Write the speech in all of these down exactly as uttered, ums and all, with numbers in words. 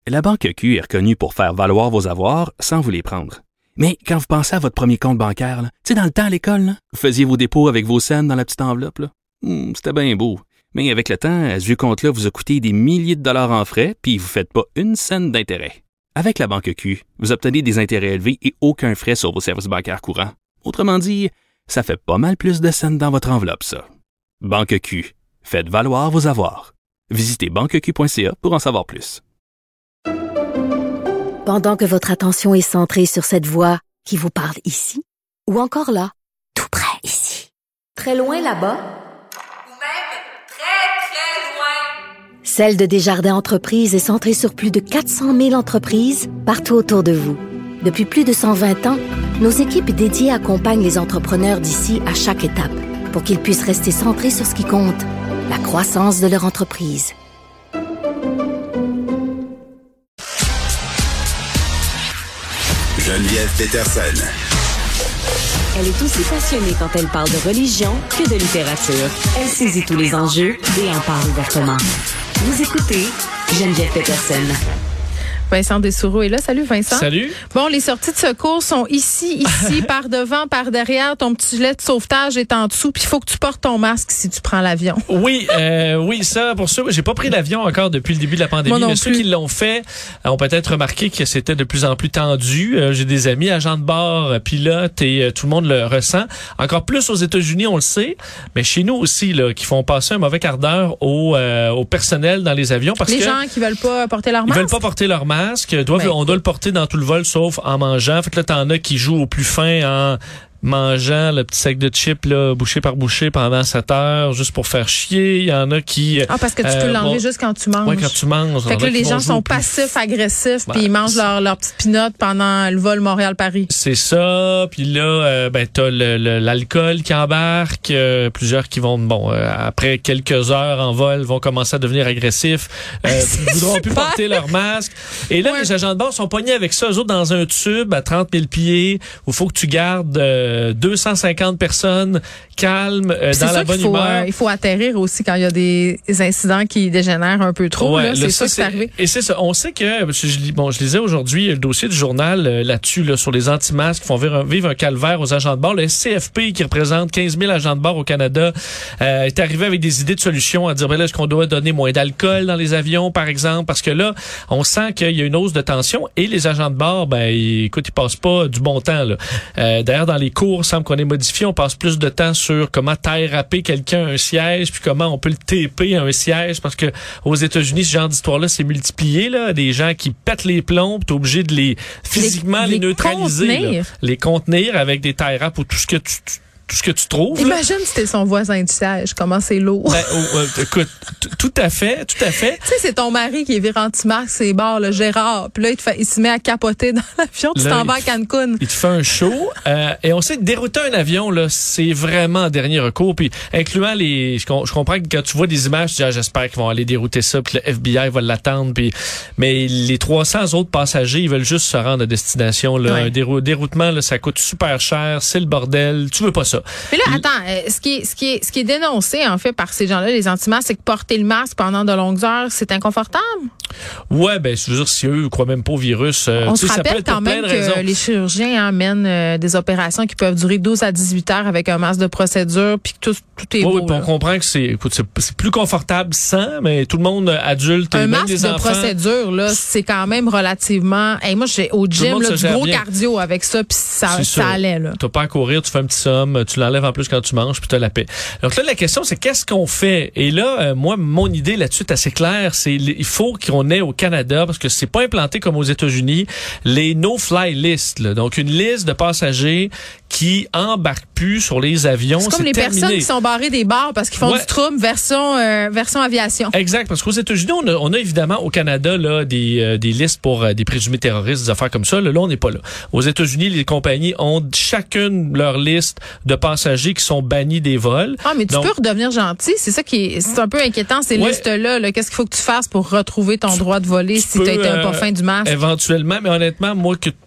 La Banque Q est reconnue pour faire valoir vos avoirs sans vous les prendre. Mais quand vous pensez à votre premier compte bancaire, tu sais, dans le temps à l'école, là, vous faisiez vos dépôts avec vos scènes dans la petite enveloppe. Là. Hum, c'était bien beau. Mais avec le temps, ce vieux compte-là vous a coûté des milliers de dollars en frais, puis vous ne faites pas une scène d'intérêt. Avec la Banque Q, vous obtenez des intérêts élevés et aucun frais sur vos services bancaires courants. Autrement dit, ça fait pas mal plus de scènes dans votre enveloppe, ça. Banque Q. Faites valoir vos avoirs. Visitez banque q point c a pour en savoir plus. Pendant que votre attention est centrée sur cette voix qui vous parle ici, ou encore là, tout près ici, très loin là-bas, ou même très, très loin, Celle de Desjardins Entreprises est centrée sur plus de quatre cent mille entreprises partout autour de vous. Depuis plus de cent vingt ans, nos équipes dédiées accompagnent les entrepreneurs d'ici à chaque étape pour qu'ils puissent rester centrés sur ce qui compte, la croissance de leur entreprise. Geneviève Peterson. Elle est aussi passionnée quand elle parle de religion que de littérature. Elle saisit tous les enjeux et en parle ouvertement. Vous écoutez Geneviève Peterson. Vincent Dessoureau est là. Salut Vincent. Salut. Bon, les sorties de secours sont ici, ici, par devant, par derrière. Ton petit gilet de sauvetage est en dessous. Puis il faut que tu portes ton masque si tu prends l'avion. Oui, euh, oui, ça, pour ceux, j'ai pas pris l'avion encore depuis le début de la pandémie, mais plus. Ceux qui l'ont fait ont peut-être remarqué que c'était de plus en plus tendu. Euh, j'ai des amis agents de bord, pilotes, et euh, tout le monde le ressent. Encore plus aux États-Unis, on le sait, mais chez nous aussi, là, qui font passer un mauvais quart d'heure au, euh, au personnel dans les avions. Parce les que gens qui veulent pas porter leur masque. Ils veulent pas porter leur masque. Doivent, ben, on doit le porter dans tout le vol, sauf en mangeant. En fait, là, t'en as qui jouent au plus fin en mangeant le petit sac de chips là, bouchée par bouchée pendant sept heures, juste pour faire chier. Il y en a qui... Ah, parce que tu euh, peux l'enlever bon, juste quand tu manges. Oui, quand tu manges. Fait que là, les gens sont passifs, agressifs, ben, puis ils mangent leur, leur petite pinotte pendant le vol Montréal-Paris. C'est ça. Puis là, euh, ben t'as le, le, l'alcool qui embarque. Euh, plusieurs qui vont, bon, euh, après quelques heures en vol, vont commencer à devenir agressifs. Euh, ils voudront plus porter leur masque. Et là, ouais. Les agents de bord sont pognés avec ça, eux autres, dans un tube à trente mille pieds, où il faut que tu gardes... Euh, deux cent cinquante personnes calmes, euh, dans la bonne faut, humeur. Euh, il faut atterrir aussi quand il y a des incidents qui dégénèrent un peu trop. Ouais, là, c'est là, ça, ça qui est arrivé. Et c'est ça. On sait que, parce que je, lis, bon, je lisais aujourd'hui le dossier du journal euh, là-dessus, là, sur les anti-masques qui font vivre un, vivre un calvaire aux agents de bord. Le S C F P, qui représente quinze mille agents de bord au Canada, euh, est arrivé avec des idées de solutions à dire, ben là, est-ce qu'on doit donner moins d'alcool dans les avions, par exemple? Parce que là, on sent qu'il y a une hausse de tension et les agents de bord, ben, ils, écoute, ils passent pas du bon temps, là. Euh, d'ailleurs, dans les cours, semble qu'on est modifié, on passe plus de temps sur comment taille râper quelqu'un un siège, puis comment on peut le taper à un siège, parce que aux États-Unis, ce genre d'histoire-là, c'est multiplié, là, des gens qui pètent les plombs, puis t'es obligé de les physiquement les, les, les neutraliser, contenir. Là, les contenir avec des taille râpes ou tout ce que tu, tu tout ce que tu trouves. Imagine si c'était son voisin du siège, comment c'est lourd. Ben, oh, euh, écoute, tout à fait, tout à fait. Tu sais, c'est ton mari qui est viré anti-masque, c'est barre, le Gérard. Puis là, il, te fait, il se met à capoter dans l'avion, tu là, t'en vas à Cancun. Il te fait un show. euh, et on sait que dérouter un avion, là, c'est vraiment un dernier recours. Puis, incluant les... Je, je comprends que quand tu vois des images, tu dis, ah, j'espère qu'ils vont aller dérouter ça, puis le F B I va l'attendre. Puis, mais les trois cents autres passagers, ils veulent juste se rendre à destination. Là. Ouais. Un dérou- déroutement, là, ça coûte super cher, c'est le bordel. Tu veux pas ça. Mais là, attends, euh, ce qui est, ce qui est, ce qui est dénoncé, en fait, par ces gens-là, les anti-masques, c'est que porter le masque pendant de longues heures, c'est inconfortable? Ouais, ben, je veux dire, si eux croient même pas au virus, euh, on se rappelle rappelle quand même que raisons. Les chirurgiens hein, mènent euh, des opérations qui peuvent durer douze à dix-huit heures avec un masque de procédure, puis que tout, tout est ouais, beau. Oui, on comprend que c'est, écoute, c'est, c'est plus confortable sans, mais tout le monde adulte, un et même masque des de enfants. procédure, là, c'est quand même relativement. Hey, moi, j'ai au gym là, du gros bien. Cardio avec ça, puis ça, ça allait là. T'as pas à courir, tu fais un petit somme, tu l'enlèves en plus quand tu manges, puis t'as la paix. Donc là, la question, c'est qu'est-ce qu'on fait? Et là, euh, moi, mon idée là-dessus est assez claire. C'est il faut qu'on ait au Canada, parce que c'est pas implanté comme aux États-Unis, les no-fly lists. Là. Donc, une liste de passagers qui embarquent plus sur les avions. C'est comme c'est les terminé. Personnes qui sont barrées des bars parce qu'ils font ouais. du trouble version euh, version aviation. Exact, parce qu'aux États-Unis, on a, on a évidemment au Canada là des, euh, des listes pour euh, des présumés terroristes, des affaires comme ça. Là, là on n'est pas là. Aux États-Unis, les compagnies ont chacune leur liste de passagers qui sont bannis des vols. Ah, mais tu Donc, peux redevenir gentil. C'est ça qui est, c'est un peu inquiétant, ces ouais. listes-là. Là. Qu'est-ce qu'il faut que tu fasses pour retrouver ton droit de voler si tu as été un pas fin du masque? Éventuellement, mais honnêtement, moi, que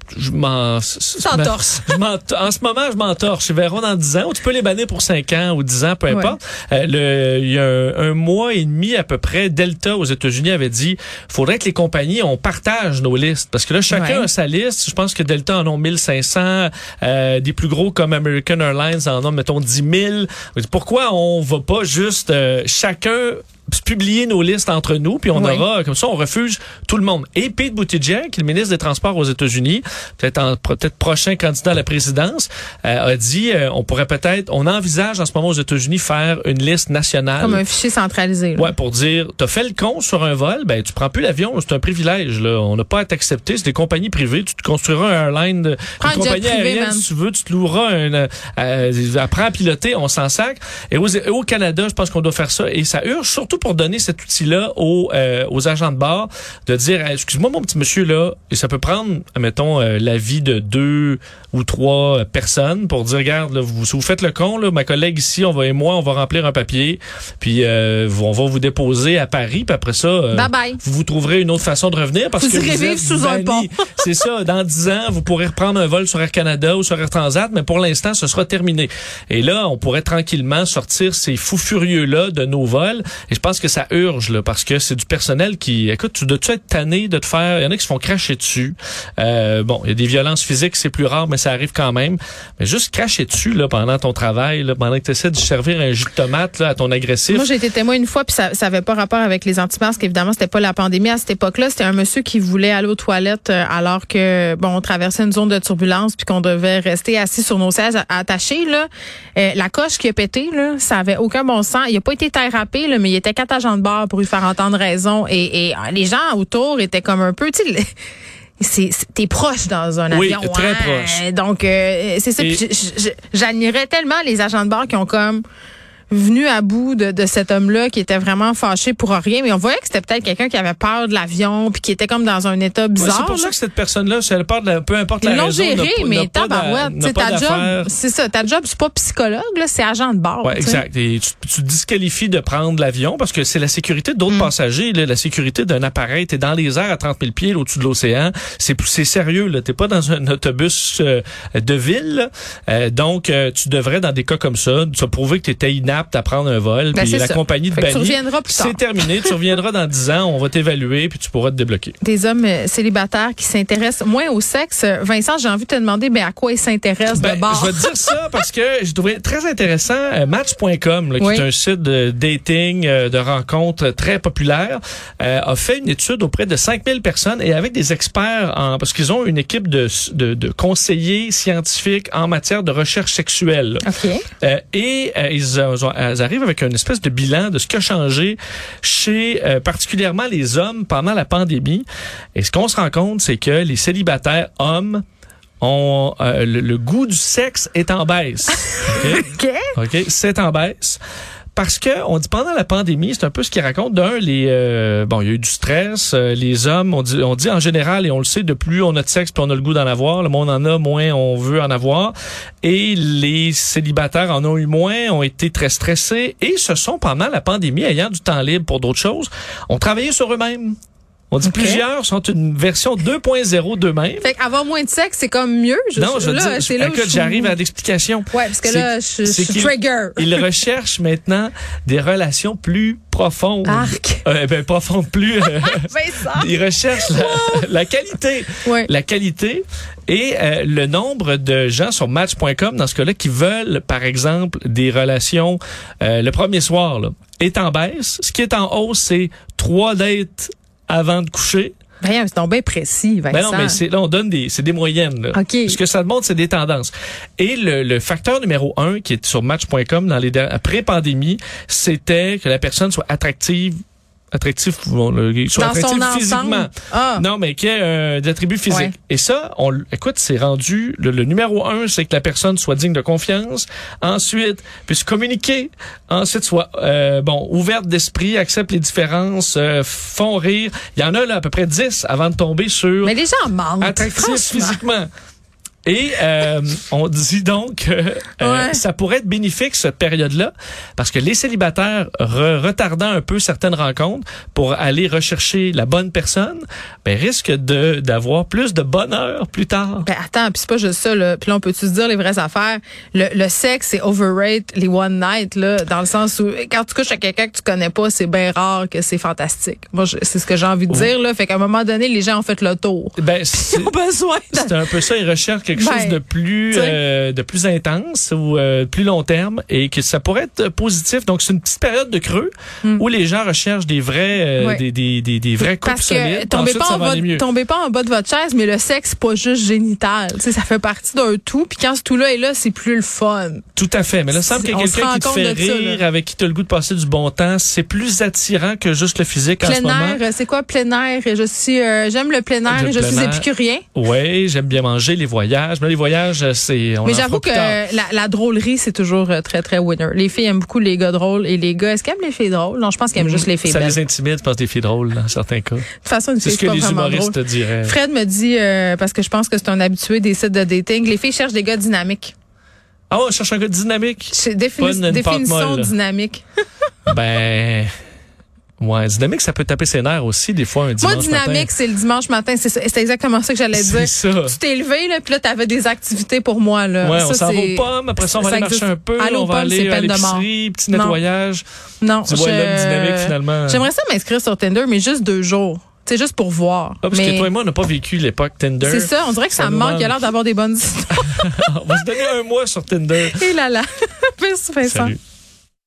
je m'en... T'entorses. Je m'en, en ce moment, je m'entorche. Ils verront dans dix ans. Ou tu peux les bannir pour cinq ans ou dix ans, peu importe. Ouais. Euh, le, il y a un, un mois et demi à peu près, Delta aux États-Unis avait dit faudrait que les compagnies, on partage nos listes. Parce que là, chacun ouais. a sa liste. Je pense que Delta en ont mille cinq cents. Euh, des plus gros comme American Airlines en ont, mettons, dix mille. Pourquoi on va pas juste euh, chacun publier nos listes entre nous, puis on oui. aura, comme ça, on refuse tout le monde. Et Pete Buttigieg, qui est le ministre des Transports aux États-Unis, peut-être en, peut-être prochain candidat à la présidence, euh, a dit, euh, on pourrait peut-être, on envisage en ce moment aux États-Unis faire une liste nationale. Comme un fichier centralisé. Là. Ouais, pour dire, t'as fait le con sur un vol, ben, tu prends plus l'avion, c'est un privilège, là. On n'a pas à t'accepter, c'est des compagnies privées, tu te construiras un airline, de, une compagnie privé, aérienne, man. Si tu veux, tu te loueras un, euh, apprends à piloter, on s'en sac. Et aux, au Canada, je pense qu'on doit faire ça, et ça urge surtout pour donner cet outil-là aux, euh, aux agents de bord, de dire, excuse-moi mon petit monsieur là, et ça peut prendre, admettons, euh, l'avis de deux ou trois personnes pour dire, regarde, là, vous, si vous faites le con, là, ma collègue ici, on va et moi, on va remplir un papier, puis euh, on va vous déposer à Paris, puis après ça, euh, bye bye. Vous, vous trouverez une autre façon de revenir parce vous que vous êtes sous un pont. C'est ça, dans dix ans, vous pourrez reprendre un vol sur Air Canada ou sur Air Transat, mais pour l'instant, ce sera terminé. Et là, on pourrait tranquillement sortir ces fous furieux-là de nos vols, et je pense que ça urge, là, parce que c'est du personnel qui, écoute, tu dois-tu être tanné de te faire, il y en a qui se font cracher dessus. Euh, bon, il y a des violences physiques, c'est plus rare, mais ça arrive quand même. Mais juste cracher dessus, là, pendant ton travail, là, pendant que tu essaies de servir un jus de tomate, là, à ton agressif. Moi, j'ai été témoin une fois, puis ça, ça avait pas rapport avec les anti-masques. Évidemment, c'était pas la pandémie à cette époque-là. C'était un monsieur qui voulait aller aux toilettes euh, alors que, bon, on traversait une zone de turbulence puis qu'on devait rester assis sur nos sièges attachés, là. Euh, la coche qui a pété, là, ça avait aucun bon sens. Il a pas été thérapé, là, mais il était quatre agents de bord pour lui faire entendre raison. Et, et les gens autour étaient comme un peu, tu sais, c'est, c'est t'es proche dans un oui, avion. Très hein? proche. Donc, euh, c'est ça. Et... Puis, j'admirais tellement les agents de bord qui ont comme venu à bout de, de cet homme-là qui était vraiment fâché pour rien, mais on voyait que c'était peut-être quelqu'un qui avait peur de l'avion puis qui était comme dans un état bizarre. Ouais, c'est pour là. ça que cette personne-là, si elle peur de la, peu importe Ils la raison, l'ont géré, n'a, mais n'a tabarouette, tu sais, ta job, c'est ça, ta job, c'est pas psychologue, là, c'est agent de bord. Ouais, exact. Et tu, tu te disqualifies de prendre l'avion parce que c'est la sécurité d'autres mm. passagers, là, la sécurité d'un appareil. T'es dans les airs à trente mille pieds là, au-dessus de l'océan. C'est, c'est sérieux, là. T'es pas dans un autobus euh, de ville. Euh, donc, euh, tu devrais, dans des cas comme ça, te prouver que t'étais inapte à prendre un vol. Ben, puis la ça. compagnie de banni, c'est terminé. Tu reviendras dans dix ans, on va t'évaluer puis tu pourras te débloquer. Des hommes euh, célibataires qui s'intéressent moins au sexe. Vincent, j'ai envie de te demander ben, à quoi ils s'intéressent ben, de bord. Je vais te dire ça parce que je trouvais très intéressant euh, Match point com, là, qui oui. est un site de dating, euh, de rencontres très populaire, euh, a fait une étude auprès de cinq mille personnes et avec des experts, en, parce qu'ils ont une équipe de, de, de conseillers scientifiques en matière de recherche sexuelle. Okay. Euh, et euh, ils, euh, ils arrivent avec une espèce de bilan de ce qui a changé chez euh, particulièrement les hommes pendant la pandémie. Et ce qu'on se rend compte, c'est que les célibataires hommes ont euh, le, le goût du sexe est en baisse. OK. OK, okay? C'est en baisse. Parce que on dit pendant la pandémie, c'est un peu ce qu'ils racontent. D'un, les euh, bon, il y a eu du stress. Euh, les hommes, on dit, on dit en général, et on le sait, de plus on a de sexe, plus on a le goût d'en avoir. Le moins on en a, moins on veut en avoir. Et les célibataires en ont eu moins, ont été très stressés et se sont pendant la pandémie, ayant du temps libre pour d'autres choses, ont travaillé sur eux-mêmes. On dit okay. Plusieurs sont une version deux point zéro d'eux-mêmes. Fait qu'avoir moins de sexe, c'est comme mieux. Je, non, je veux là, dire, c'est là écoute, j'arrive à l'explication. Ouais, parce que c'est, là, je, je suis trigger. Ils recherchent maintenant des relations plus profondes. Arc. Euh, ben, profondes, plus... Euh, ils recherchent la, la qualité. Ouais. La qualité et euh, le nombre de gens sur Match point com, dans ce cas-là, qui veulent, par exemple, des relations euh, le premier soir, là, est en baisse. Ce qui est en hausse, c'est trois dates avant de coucher. Ben, c'est donc bien précis, Vincent. Ben non, mais c'est, là, on donne des, c'est des moyennes, là. Okay. Ce que ça demande, c'est des tendances. Et le, le facteur numéro un, qui est sur Match point com dans les, après pandémie, c'était que la personne soit attractive, attractif, bon, le, soit dans attractif son physiquement. Ah. Non, mais qui ait euh, d'attributs physiques. Ouais. Et ça, on, écoute, c'est rendu, le, le numéro un, c'est que la personne soit digne de confiance. Ensuite, puisse communiquer. Ensuite, soit, euh, bon, ouverte d'esprit, accepte les différences, euh, font rire. Il y en a, là, à peu près dix avant de tomber sur... Mais les gens mentent, attractif physiquement. Et euh, on dit donc que euh, Ouais. ça pourrait être bénéfique, cette période-là, parce que les célibataires, re- retardant un peu certaines rencontres pour aller rechercher la bonne personne, ben, risquent de, d'avoir plus de bonheur plus tard. Ben attends, puis c'est pas juste ça, là. Puis là, on peut-tu se dire les vraies affaires? Le, le sexe, c'est overrate les one night, là, dans le sens où quand tu couches avec quelqu'un que tu connais pas, c'est bien rare que c'est fantastique. Moi, je, c'est ce que j'ai envie de dire, là. Fait qu'à un moment donné, les gens ont fait le tour. Ben, c'est, Ils ont besoin de... c'est un peu ça, ils recherchent quelque Ben, chose de plus euh, de plus intense ou euh, plus long terme et que ça pourrait être positif. Donc c'est une petite période de creux mm. où les gens recherchent des vrais euh, ouais. des, des des des vrais couples Parce que solides. tombez Ensuite, pas ça en va aller bas, mieux. tombez pas en bas de votre chaise, mais le sexe c'est pas juste génital, tu sais, ça fait partie d'un tout. Puis quand ce tout là est là, c'est plus le fun. Tout à fait. Mais là, il semble qu'il y a quelqu'un qui te fait rire, ça, avec qui tu as le goût de passer du bon temps. C'est plus attirant que juste le physique plein en ce moment. Plein air, c'est quoi plein air? Je suis, euh, j'aime le plein air Le et je plein suis air. épicurien. Oui, j'aime bien manger, les voyages. Mais les voyages, c'est... On mais en j'avoue que la, la drôlerie, c'est toujours euh, très, très winner. Les filles aiment beaucoup les gars drôles et les gars, est-ce qu'ils aiment les filles drôles? Non, je pense qu'ils aiment mmh, juste les filles ça belles. Ça les intimide, je pense, des filles drôles, dans certains cas. De toute façon, une c'est fille, ce que c'est les pas humoristes drôle. te diraient. Fred me dit, euh, parce que je pense que c'est un habitué des sites de dating, les filles cherchent des gars dynamiques. Ah, oh, on cherche un gars dynamique. C'est défini- une, une définition molle, dynamique. Ben... Ouais, dynamique, ça peut taper ses nerfs aussi, des fois, un dimanche matin. Moi, dynamique, matin. c'est le dimanche matin. C'est, ça, c'est exactement ça que j'allais c'est dire. Ça. Tu t'es levé, là, puis là, t'avais des activités pour moi, là. Ouais, ça, on s'en c'est... va aux pommes, après ça, on va ça aller existe. marcher un peu, Aller on va pommes, aller à peine l'épicerie, petit nettoyage. Non, tu je... vois l'homme dynamique, finalement. J'aimerais ça m'inscrire sur Tinder, mais juste deux jours. C'est juste pour voir. Ah, parce mais... que toi et moi, on n'a pas vécu l'époque Tinder. C'est ça, on dirait que ça, ça me manque. manque. Il a l'air d'avoir des bonnes histoires. On va se donner un mois sur Tinder. Et là là. Merci Vincent. Salut.